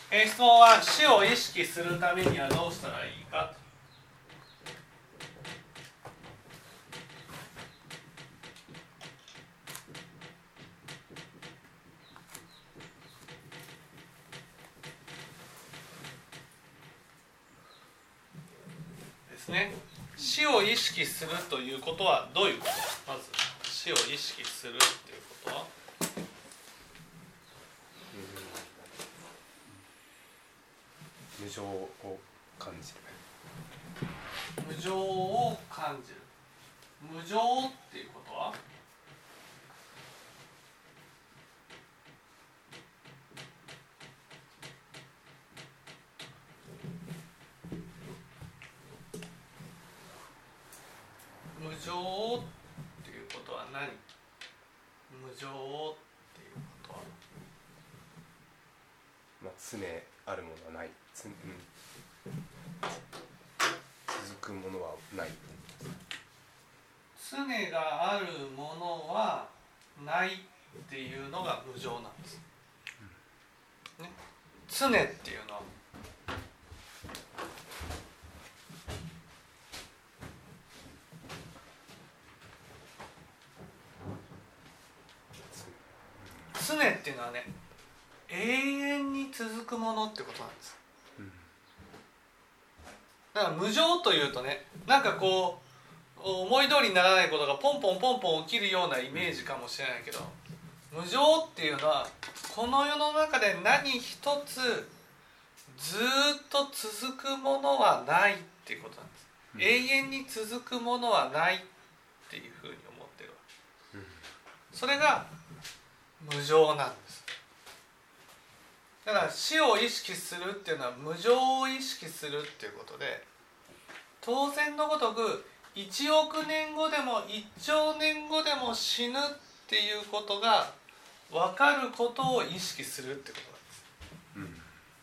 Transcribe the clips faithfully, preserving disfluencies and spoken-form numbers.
えー、質問は死を意識するためにはどうしたらいいかですね。死を意識するということはどういうこと？まず死を意識するっていうことは、 無常を感じる。 無常を感じる。無常っていうことは、無常っていうことは何？無常っていうことは、 まあ、常あるものはない、つ、うん、続くものはない。 常があるものはないっていうのが無常なんです、ね、常っていうのは常っていうのはね、永遠に続くものってことなんです。だから無常というとね、なんかこう思い通りにならないことがポンポンポンポン起きるようなイメージかもしれないけど、無常っていうのはこの世の中で何一つずっと続くものはないっていうことなんです、うん、永遠に続くものはないっていうふうに思ってるわけ、うん、それが無常なんです。だから死を意識するっていうのは無常を意識するっていうことで、当然のごとくいちおくねんごでもいっちょうねんごでも死ぬっていうことが分かることを意識するってことなんです、うん、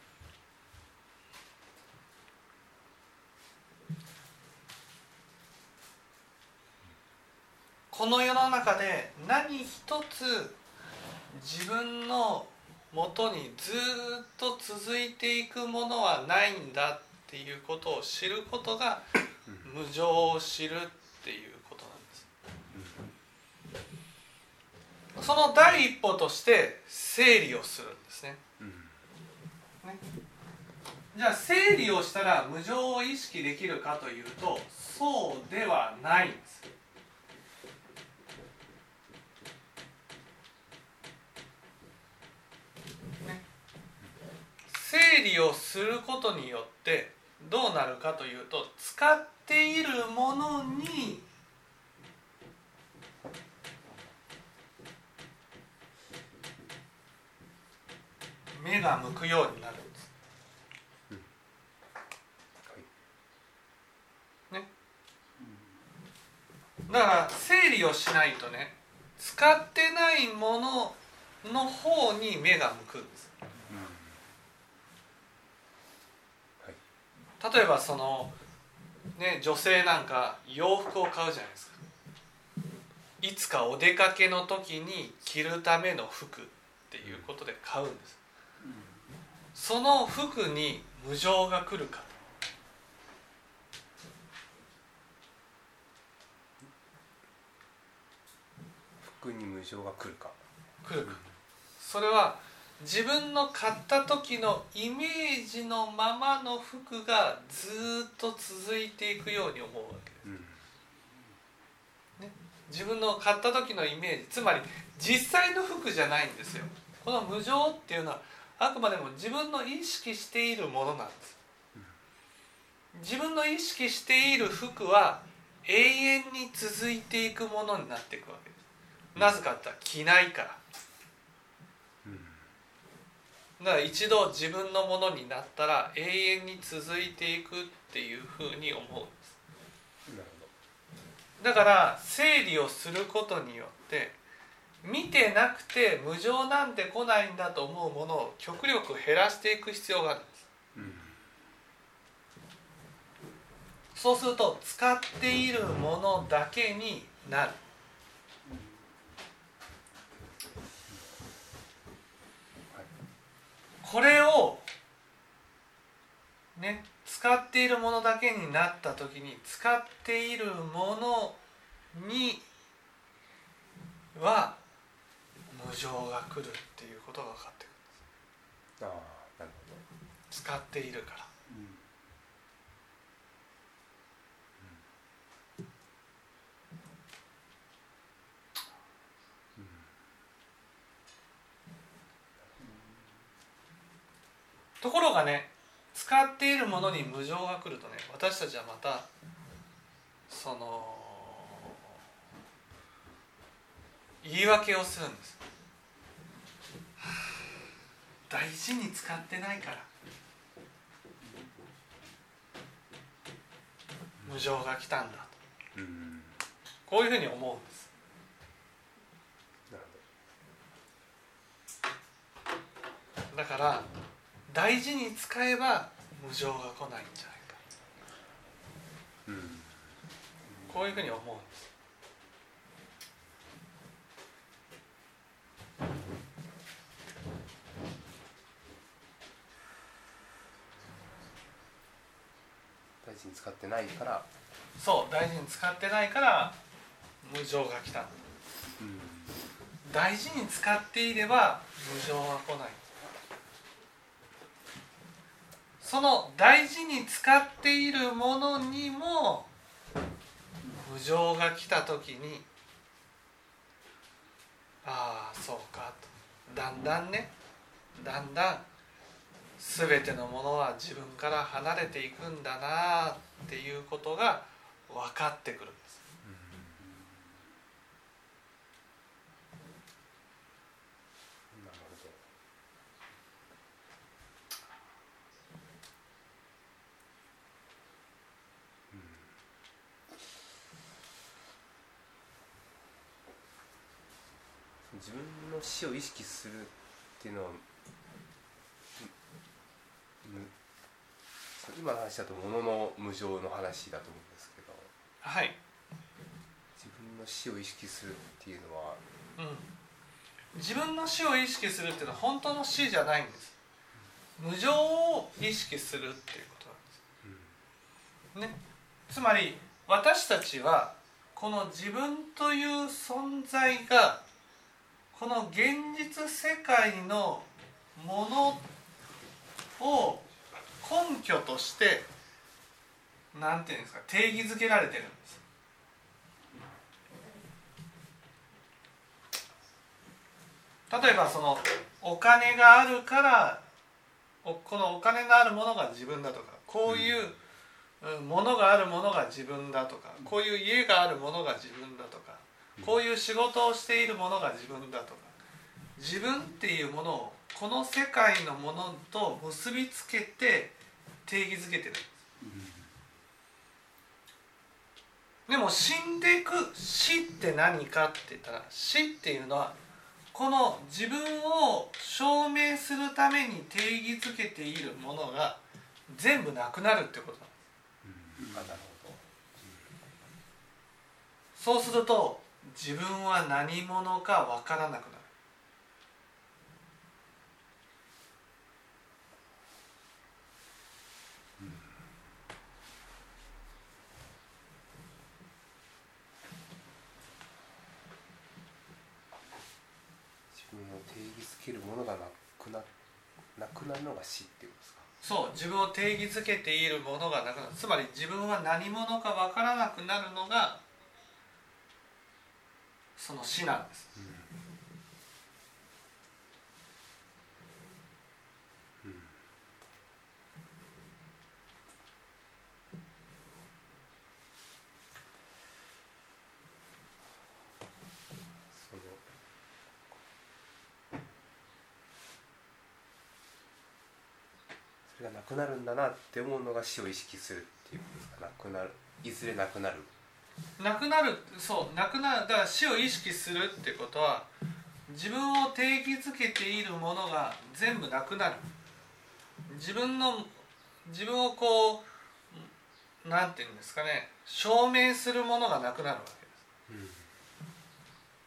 この世の中で何一つ自分の元にずっと続いていくものはないんだっていうことを知ることが無常を知るっていうことなんです。その第一歩として整理をするんですね。ね、じゃあ整理をしたら無常を意識できるかというと、そうではないんです。整理をすることによってどうなるかというと、使っているものに目が向くようになるんです、ね、だから整理をしないとね、使ってないものの方に目が向くんです。例えばその、ね、女性なんか洋服を買うじゃないですか。いつかお出かけの時に着るための服っていうことで買うんです。その服に無常が来るか。 服に無常が来るか。 来るか。それは自分の買った時のイメージのままの服がずっと続いていくように思うわけです、うんね、自分の買った時のイメージ、つまり実際の服じゃないんですよ。この無常っていうのはあくまでも自分の意識しているものなんです。自分の意識している服は永遠に続いていくものになっていくわけです。なぜかって言ったら着ないから。だから一度自分のものになったら永遠に続いていくっていうふうに思うんです。なるほど。だから整理をすることによって見てなくて無常なんて来ないんだと思うものを極力減らしていく必要があるんです、うん、そうすると使っているものだけになる。これをっているものだけになった時に、使っているものには無常が来るっていうことが分かってくるんです。 ああ、なるほど。 使っているから。 うんところがね、使っているものに無常が来るとね、私たちはまたその言い訳をするんです。大事に使ってないから無常が来たんだと、うん、こういうふうに思うんです。 なるほど。だから大事に使えば無常が来ないんじゃないか、うん、こういうふうに思うんです。 大事に使ってないから、 そう、大事に使ってないから無常が来たんだ、うん、大事に使っていれば無常は来ない。その大事に使っているものにも無常が来た時に、ああそうかと、だんだんね、だんだん全てのものは自分から離れていくんだなっていうことが分かってくるんです。 なるほど。自分の死を意識するっていうのは、今の話だと物の無常の話だと思うんですけど、 はい、 自分の死を意識するっていうのは、 うん、自分の死を意識するっていうのは本当の死じゃないんです。無常を意識するっていうことなんです、うん、ね、つまり私たちはこの自分という存在がこの現実世界のものを根拠としてなんていうんですか、定義づけられてるんです。例えばそのお金があるからこのお金のあるものが自分だとか、こういうものがあるものが自分だとか、こういう家があるものが自分だとか、こういう仕事をしているものが自分だとか、自分っていうものをこの世界のものと結びつけて定義づけてるんです。でも死んでいく死って何かって言ったら、死っていうのはこの自分を証明するために定義づけているものが全部なくなるってことなんです。 うん、なるほど。 そうすると自分は何者か分からなくなる。 自分を定義づけるものがなくな、なくなるのが死っていうことですか。 そう、自分を定義づけているものがなくなる。つまり自分は何者か分からなくなるのがその死なんです、うんうん、そのそれがなくなるんだなって思うのが死を意識するっていうことですか。なくなる、いずれなくなる、 なくなる、そう、なくなる。だから死を意識するってことは自分を定義づけているものが全部なくなる。自分の自分をこうなんていうんですかね、証明するものがなくなるわけです、うん、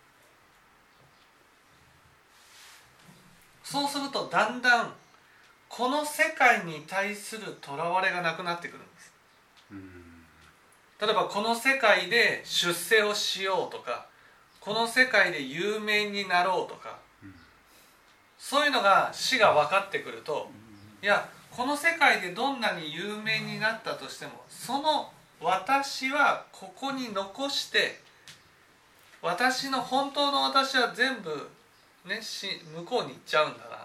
そうするとだんだんこの世界に対するとらわれがなくなってくるんです。例えばこの世界で出世をしようとか、この世界で有名になろうとか、そういうのが死が分かってくると、いやこの世界でどんなに有名になったとしても、その私はここに残して、私の本当の私は全部、ね、し向こうに行っちゃうんだなと。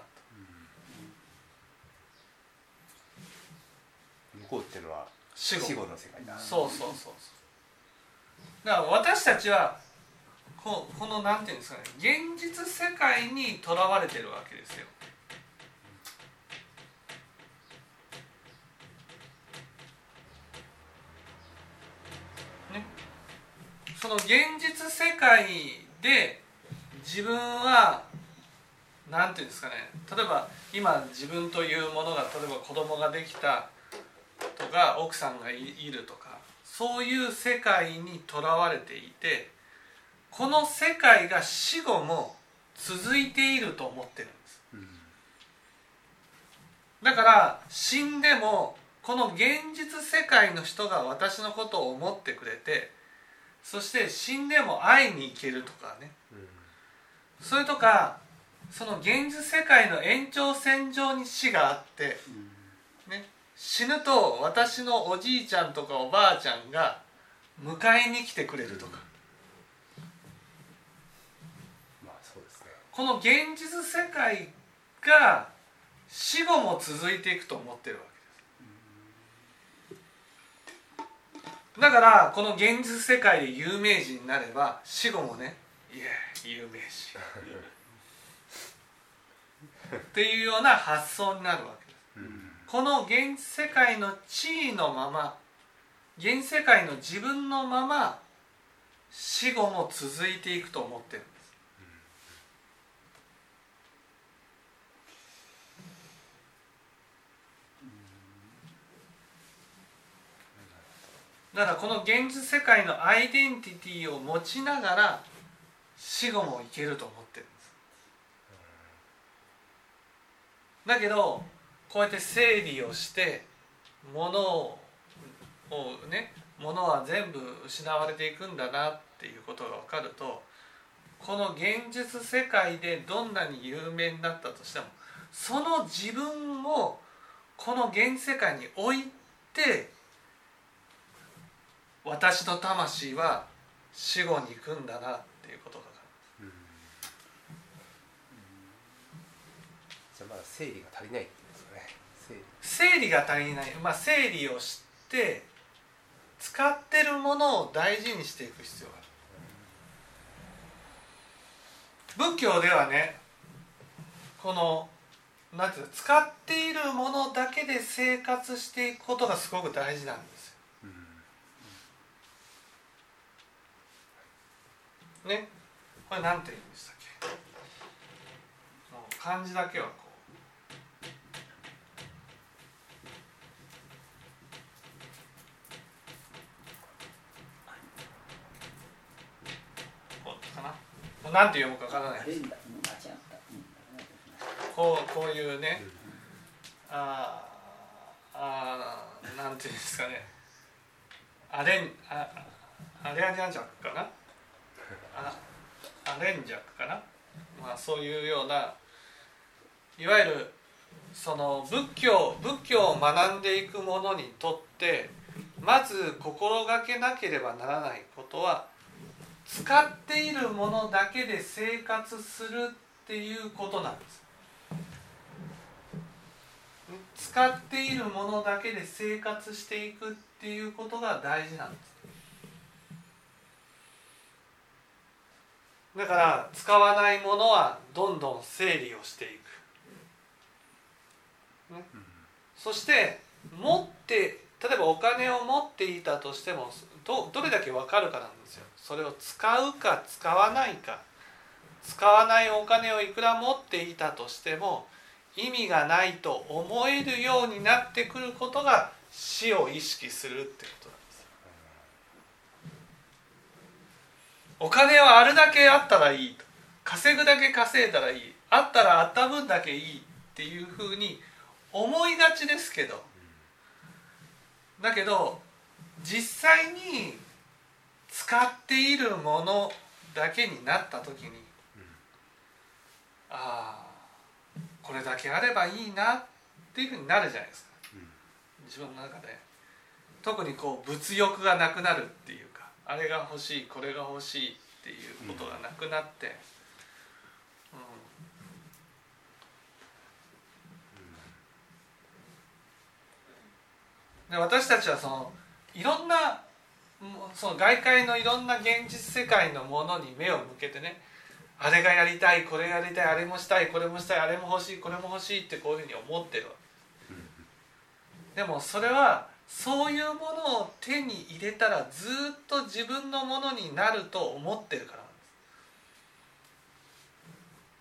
向こうっていうのは死後、 死後の世界だ。 そうそうそうそう。だから私たちはここのなんていうんですかね、現実世界にとらわれてるわけですよ。ね、その現実世界で自分はなんていうんですかね、例えば今自分というものが、例えば子供ができたとか奥さんが い, いるとか、そういう世界にとらわれていて、この世界が死後も続いていると思ってるんです。だから死んでもこの現実世界の人が私のことを思ってくれて、そして死んでも会いに行けるとかね、それとか、その現実世界の延長線上に死があって、ね、死ぬと私のおじいちゃんとかおばあちゃんが迎えに来てくれるとか、 まあそうですね。 この現実世界が死後も続いていくと思ってるわけです。だからこの現実世界で有名人になれば、死後もね、いや有名人っていうような発想になるわけです。この現実世界の地位のまま、現実世界の自分のまま死後も続いていくと思ってるんです。だからこの現実世界のアイデンティティを持ちながら死後もいけると思ってるんです。だけどこうやって整理をして物をね、物は全部失われていくんだなっていうことが分かると、この現実世界でどんなに有名になったとしても、その自分をこの現実世界に置いて、私の魂は死後に行くんだなっていうことが分かる。 じゃあまだ整理が足りないっていうんですかね。 整理が足りない、まあ、整理をして使ってるものを大事にしていく必要がある。仏教ではね、このなんていうの、使っているものだけで生活していくことがすごく大事なんですよ。ね、これなんて言うんでしたっけ。もう漢字だけはこう、こうかな。もうなんて読むかわからないです。こうこういうね、ああなんていうんですかね。アレンあアレアニャジャックかな。あアレンジャックかな、まあ、そういうようないわゆるその仏教仏教を学んでいく者にとってまず心がけなければならないことは、使っているものだけで生活するっていうことなんです。使っているものだけで生活していくっていうことが大事なんです。だから使わないものはどんどん整理をしていく、ね、そして持って例えばお金を持っていたとしても ど, どれだけ分かるかなんですよ。それを使うか使わないか。使わないお金をいくら持っていたとしても意味がないと思えるようになってくることが死を意識するってことなんです。お金はあるだけあったらいいと、稼ぐだけ稼いだらいい、あったらあった分だけいいっていうふうに思いがちですけど、だけど実際に使っているものだけになった時に、ああこれだけあればいいなっていうふうになるじゃないですか。自分の中で特にこう物欲がなくなるっていうか、あれが欲しいこれが欲しいっていうことがなくなって、うん、で私たちはそのいろんなその外界のいろんな現実世界のものに目を向けてね、あれがやりたいこれやりたいあれもしたいこれもしたいあれも欲しいこれも欲しいってこういうふうに思ってるわけでもそれはそういうものを手に入れたらずっと自分のものになると思ってるからなんです。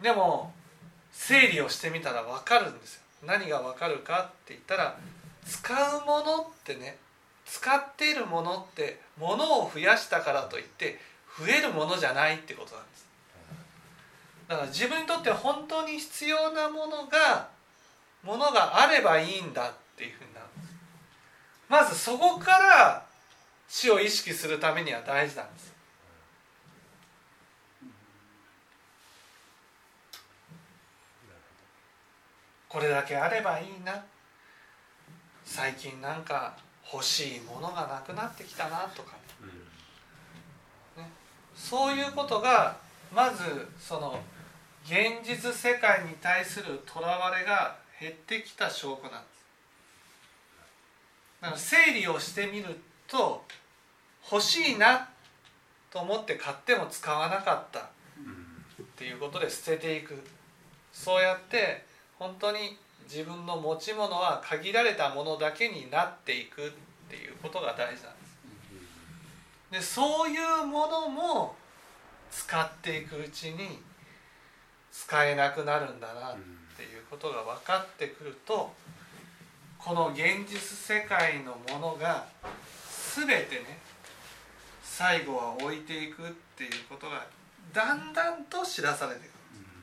でも整理をしてみたら分かるんですよ。何が分かるかって言ったら、使うものってね、使っているものってものを増やしたからといって増えるものじゃないってことなんです。だから自分にとって本当に必要なものがものがあればいいんだっていうふうになるんです。まずそこから死を意識するためには大事なんです。これだけあればいいな、最近なんか欲しいものがなくなってきたなとか、ね、そういうことがまずその現実世界に対するとらわれが減ってきた証拠なんです。だから整理をしてみると、欲しいなと思って買っても使わなかったっていうことで捨てていく。そうやって本当に自分の持ち物は限られたものだけになっていくっていうことが大事なんです。で、そういうものも使っていくうちに使えなくなるんだなっていうことが分かってくると、この現実世界のものが全てね、最後は置いていくっていうことがだんだんと知らされてくる。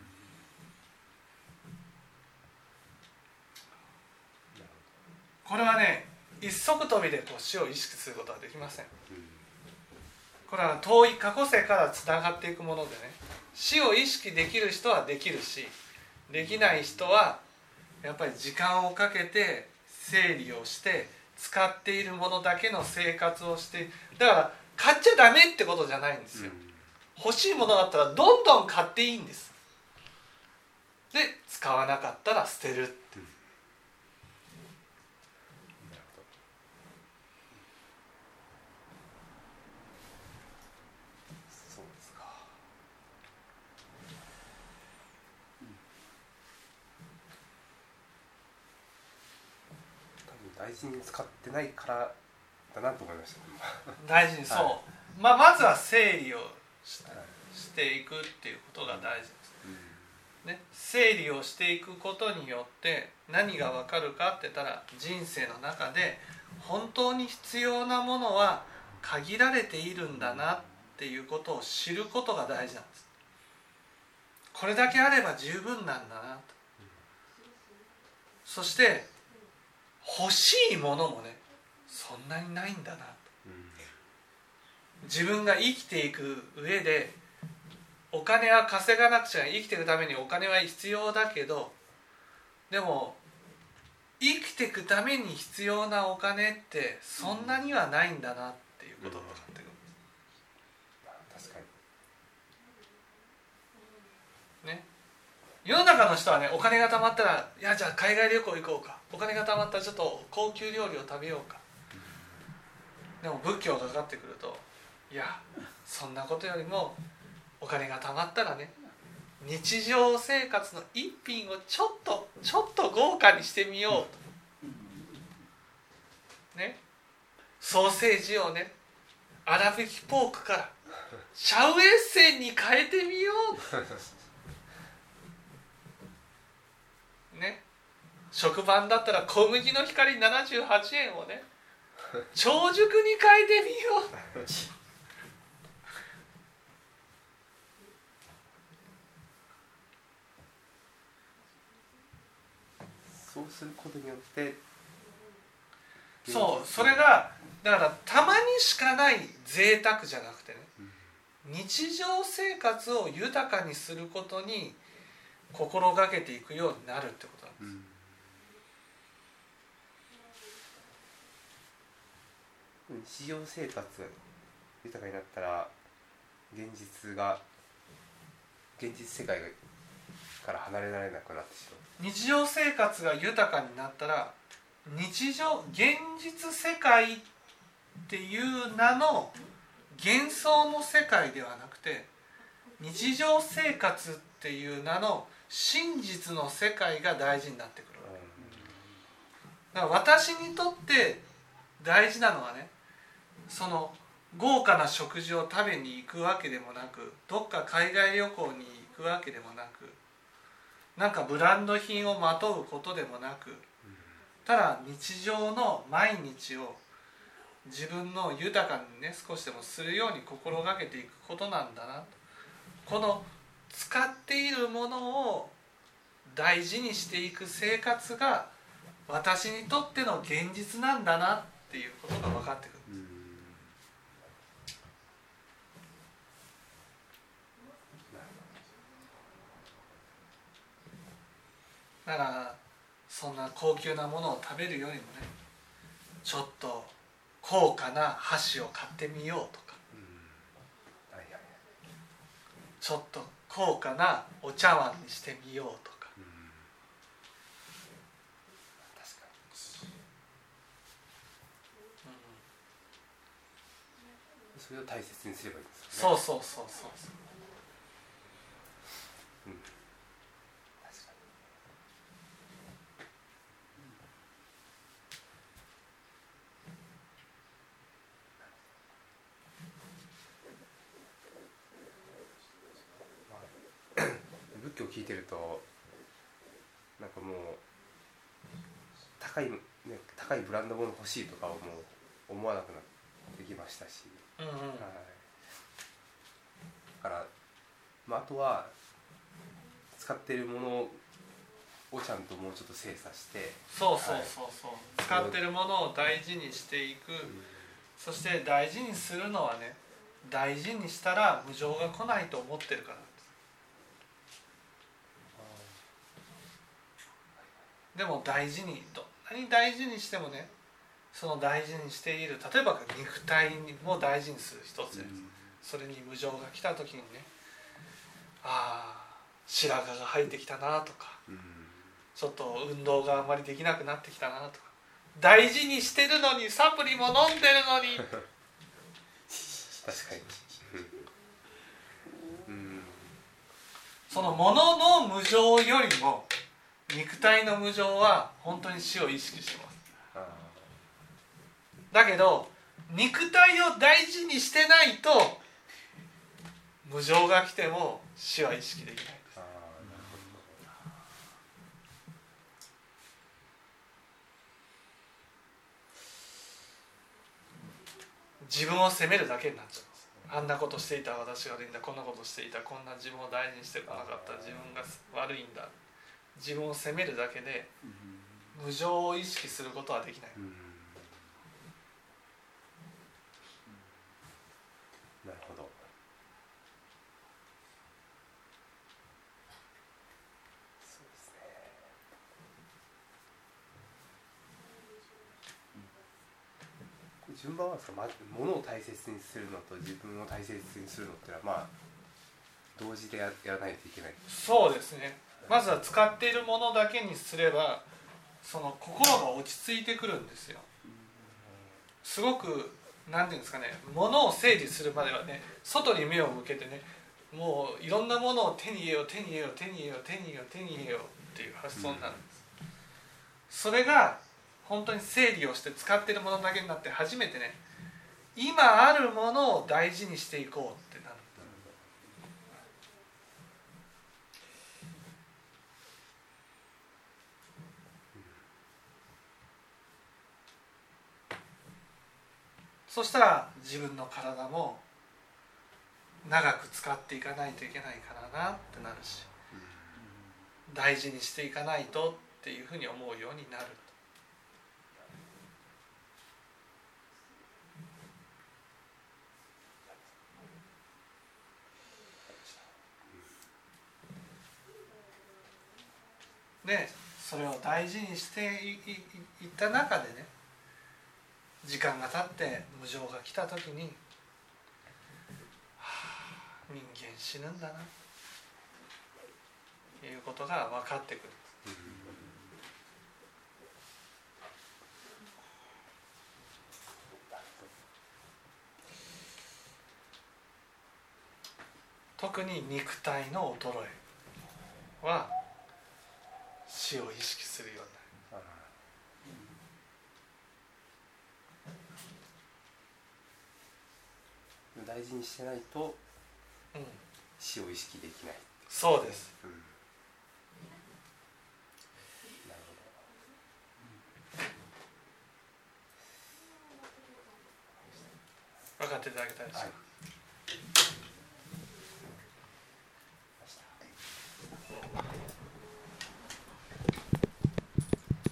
これはね、一足飛びでこう死を意識することはできません。これは遠い過去世からつながっていくものでね、死を意識できる人はできるし、できない人はやっぱり時間をかけて整理をして使っているものだけの生活をして、だから買っちゃダメってことじゃないんですよ。欲しいものがあったらどんどん買っていいんです。で、使わなかったら捨てるって。 大事に使ってないからだなと思いました。 大事に、そう、 はい、 まあ、まずは整理を し,、はい、していくっていうことが大事です、うんね、整理をしていくことによって何が分かるかって言ったら、人生の中で本当に必要なものは限られているんだなっていうことを知ることが大事なんです。これだけあれば十分なんだなと。そして欲しいものもね、そんなにないんだなと。自分が生きていく上でお金は稼がなくちゃ、生きていくためにお金は必要だけど、でも生きていくために必要なお金ってそんなにはないんだなっていうことが分かってくる、 うん、確かにね。世の中の人はね、お金が貯まったら、いやじゃあ海外旅行行こうか、お金が貯まったらちょっと高級料理を食べようか。でも仏教がかかってくると、いやそんなことよりもお金が貯まったらね、日常生活の一品をちょっとちょっと豪華にしてみようとね、ソーセージをね、粗挽きポークからシャウエッセンに変えてみようね、食パンだったら小麦の光ななじゅうはちえんをね、長熟に変えてみようそうすることによってそう、それがだからたまにしかない贅沢じゃなくてね、うん、日常生活を豊かにすることに心がけていくようになるってことなんです、 うん、日常生活豊かになったら現実が現実世界から離れられなくなってしまう。 日常生活が豊かになったら日常現実世界っていう名の幻想の世界ではなくて日常生活っていう名の真実の世界が大事になってくる。だから私にとって大事なのはね、その豪華な食事を食べに行くわけでもなく、どっか海外旅行に行くわけでもなく、なんかブランド品をまとうことでもなく、ただ日常の毎日を自分の豊かにね少しでもするように心がけていくことなんだなと。この使っているものを大事にしていく生活が私にとっての現実なんだなっていうことが分かってくる。だからそんな高級なものを食べるよりもね、ちょっと高価な箸を買ってみようとか、ちょっと高価なお茶碗にしてみようとか、 それを大切にすればいいんですよね。 そうそうそうそう、うん、 確かに、まあ、仏教を聞いてるとなんかもう高い、ね、高いブランド物欲しいとかをもう思わなくなってきましたし、 うんうん、はい、 だから、まあ、あとは使っているものをちゃんともうちょっと精査して、 そうそうそうそう、はい、使っているものを大事にしていく、うん、そして大事にするのはね、大事にしたら無常が来ないと思ってるからなんです。でも大事に、どんなに大事にしてもね、その大事にしている、例えば肉体も大事にする一つです、うん、それに無常が来た時にね、ああ白髪が生えてきたなとか、うん、ちょっと運動があまりできなくなってきたなとか、大事にしてるのにサプリも飲んでるのに確かに、うん、 その物の無常よりも肉体の無常は本当に死を意識してます。だけど肉体を大事にしてないと無常が来ても死は意識できないです。あ、なるほど。自分を責めるだけになっちゃうんです。あんなことしていた私が悪いんだ、こんなことしていた、こんな自分を大事にしてこなかった自分が悪いんだ、自分を責めるだけで無常を意識することはできない、うん、 なるほど。そうですね。うん、順番はですか、ま、物を大切にするのと自分を大切にするのってのはまあ同時で や, やらないといけない。 そうですね。まずは使っているものだけにすればその心が落ち着いてくるんですよ。すごくなんていうんですかね、物を整理するまではね、外に目を向けてね、もういろんなものを手に入れよう手に入れよう手に入れよう手に入れよう手に入れようっていう発想になるんです。それが本当に整理をして使っているものだけになって初めてね、今あるものを大事にしていこうってなる。そしたら自分の体も長く使っていかないといけないからなってなるし、大事にしていかないとってっていうふうに思うようになる。でそれを大事にしていった中でね、時間が経って無常が来た時に、はあ、人間死ぬんだなということが分かってくる。特に肉体の衰えは死を意識するようになる。 大事にしてないとうん、 死を意識できない。 そうです、 うん、なるほど。分かっていただけたでしょうか。 はい。